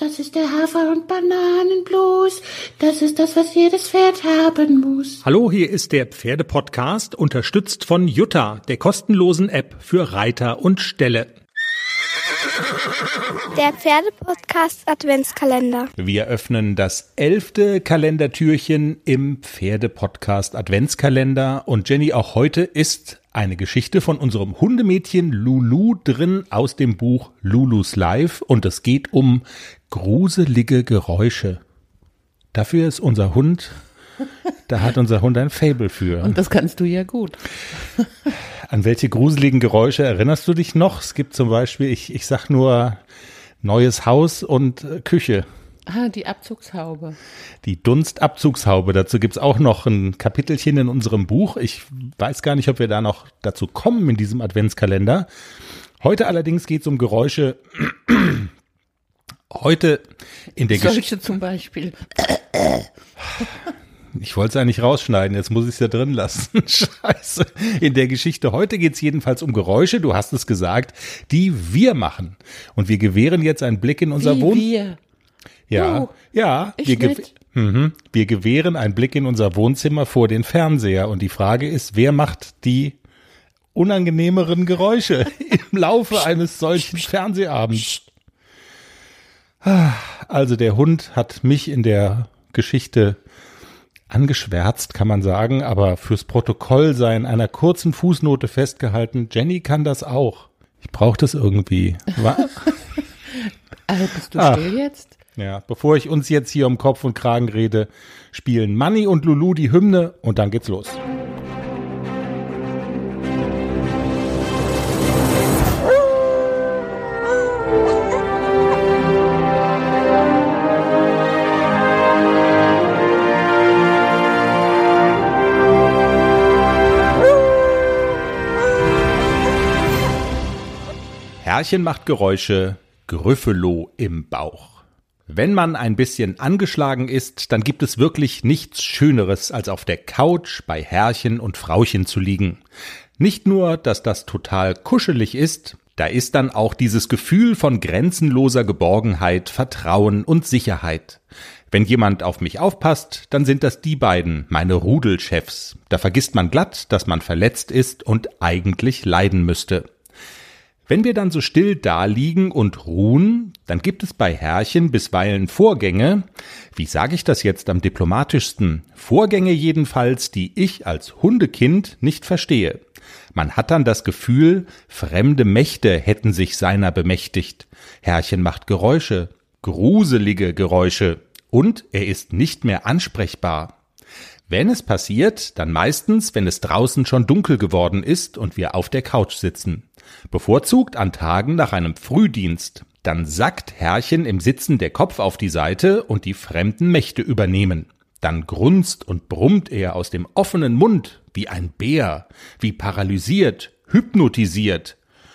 Das ist der Hafer- und Bananenblues. Das ist das, was jedes Pferd haben muss. Hallo, hier ist der Pferdepodcast, unterstützt von Jutta, der kostenlosen App für Reiter und Ställe. Der Pferdepodcast Adventskalender. Wir öffnen das 11. Kalendertürchen im Pferdepodcast Adventskalender. Und Jenny, auch heute ist eine Geschichte von unserem Hundemädchen Lulu drin aus dem Buch Lulus Life. Und es geht um gruselige Geräusche. Dafür ist unser Hund, da hat unser Hund ein Faible für. Und das kannst du ja gut. An welche gruseligen Geräusche erinnerst du dich noch? Es gibt zum Beispiel, ich sag nur neues Haus und Küche. Ah, die Abzugshaube. Die Dunstabzugshaube. Dazu gibt's auch noch ein Kapitelchen in unserem Buch. Ich weiß gar nicht, ob wir da noch dazu kommen in diesem Adventskalender. Heute allerdings geht's um Geräusche. Heute in der Solche zum Beispiel. Ich wollte es eigentlich rausschneiden, jetzt muss ich es ja drin lassen. Scheiße. In der Geschichte heute geht es jedenfalls um Geräusche, du hast es gesagt, die wir machen. Und wir gewähren jetzt einen Blick in unser Wohnzimmer. Wir gewähren einen Blick in unser Wohnzimmer vor den Fernseher. Und die Frage ist, wer macht die unangenehmeren Geräusche im Laufe eines solchen Fernsehabends? Also der Hund hat mich in der Geschichte angeschwärzt, kann man sagen, aber fürs Protokoll sei in einer kurzen Fußnote festgehalten, Jenny kann das auch. Ich brauche das irgendwie. Bist du still jetzt? Ja, bevor ich uns jetzt hier um Kopf und Kragen rede, spielen Manni und Lulu die Hymne und dann geht's los. Herrchen macht Geräusche, Grüffelo im Bauch. Wenn man ein bisschen angeschlagen ist, dann gibt es wirklich nichts Schöneres, als auf der Couch bei Herrchen und Frauchen zu liegen. Nicht nur, dass das total kuschelig ist, da ist dann auch dieses Gefühl von grenzenloser Geborgenheit, Vertrauen und Sicherheit. Wenn jemand auf mich aufpasst, dann sind das die beiden, meine Rudelchefs. Da vergisst man glatt, dass man verletzt ist und eigentlich leiden müsste. Wenn wir dann so still da liegen und ruhen, dann gibt es bei Herrchen bisweilen Vorgänge, wie sage ich das jetzt am diplomatischsten, Vorgänge jedenfalls, die ich als Hundekind nicht verstehe. Man hat dann das Gefühl, fremde Mächte hätten sich seiner bemächtigt. Herrchen macht Geräusche, gruselige Geräusche, und er ist nicht mehr ansprechbar. Wenn es passiert, dann meistens, wenn es draußen schon dunkel geworden ist und wir auf der Couch sitzen. Bevorzugt an Tagen nach einem Frühdienst. Dann sackt Herrchen im Sitzen der Kopf auf die Seite und die fremden Mächte übernehmen. Dann grunzt und brummt er aus dem offenen Mund wie ein Bär, wie paralysiert, hypnotisiert.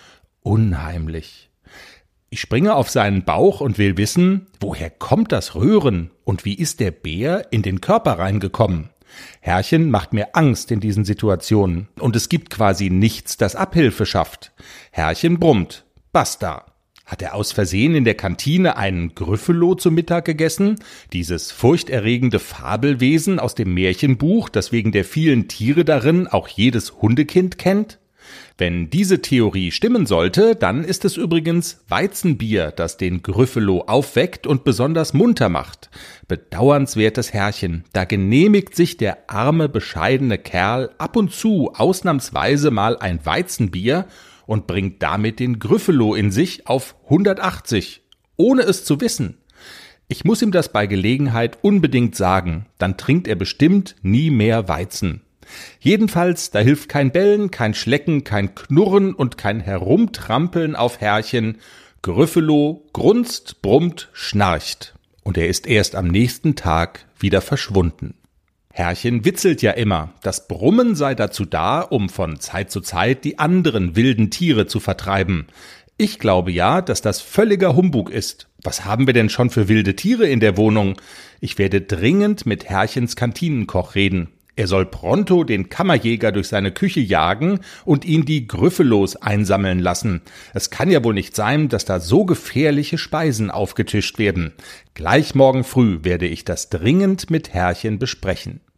Unheimlich. Ich springe auf seinen Bauch und will wissen, woher kommt das Röhren und wie ist der Bär in den Körper reingekommen? Herrchen macht mir Angst in diesen Situationen und es gibt quasi nichts, das Abhilfe schafft. Herrchen brummt. Basta. Hat er aus Versehen in der Kantine einen Grüffelo zu Mittag gegessen? Dieses furchterregende Fabelwesen aus dem Märchenbuch, das wegen der vielen Tiere darin auch jedes Hundekind kennt? Wenn diese Theorie stimmen sollte, dann ist es übrigens Weizenbier, das den Grüffelo aufweckt und besonders munter macht. Bedauernswertes Herrchen, da genehmigt sich der arme, bescheidene Kerl ab und zu ausnahmsweise mal ein Weizenbier und bringt damit den Grüffelo in sich auf 180, ohne es zu wissen. Ich muss ihm das bei Gelegenheit unbedingt sagen, dann trinkt er bestimmt nie mehr Weizen. Jedenfalls, da hilft kein Bellen, kein Schlecken, kein Knurren und kein Herumtrampeln auf Herrchen. Grüffelo grunzt, brummt, schnarcht. Und er ist erst am nächsten Tag wieder verschwunden. Herrchen witzelt ja immer, das Brummen sei dazu da, um von Zeit zu Zeit die anderen wilden Tiere zu vertreiben. Ich glaube ja, dass das völliger Humbug ist. Was haben wir denn schon für wilde Tiere in der Wohnung? Ich werde dringend mit Herrchens Kantinenkoch reden. Er soll pronto den Kammerjäger durch seine Küche jagen und ihn die Grüffelows einsammeln lassen. Es kann ja wohl nicht sein, dass da so gefährliche Speisen aufgetischt werden. Gleich morgen früh werde ich das dringend mit Herrchen besprechen.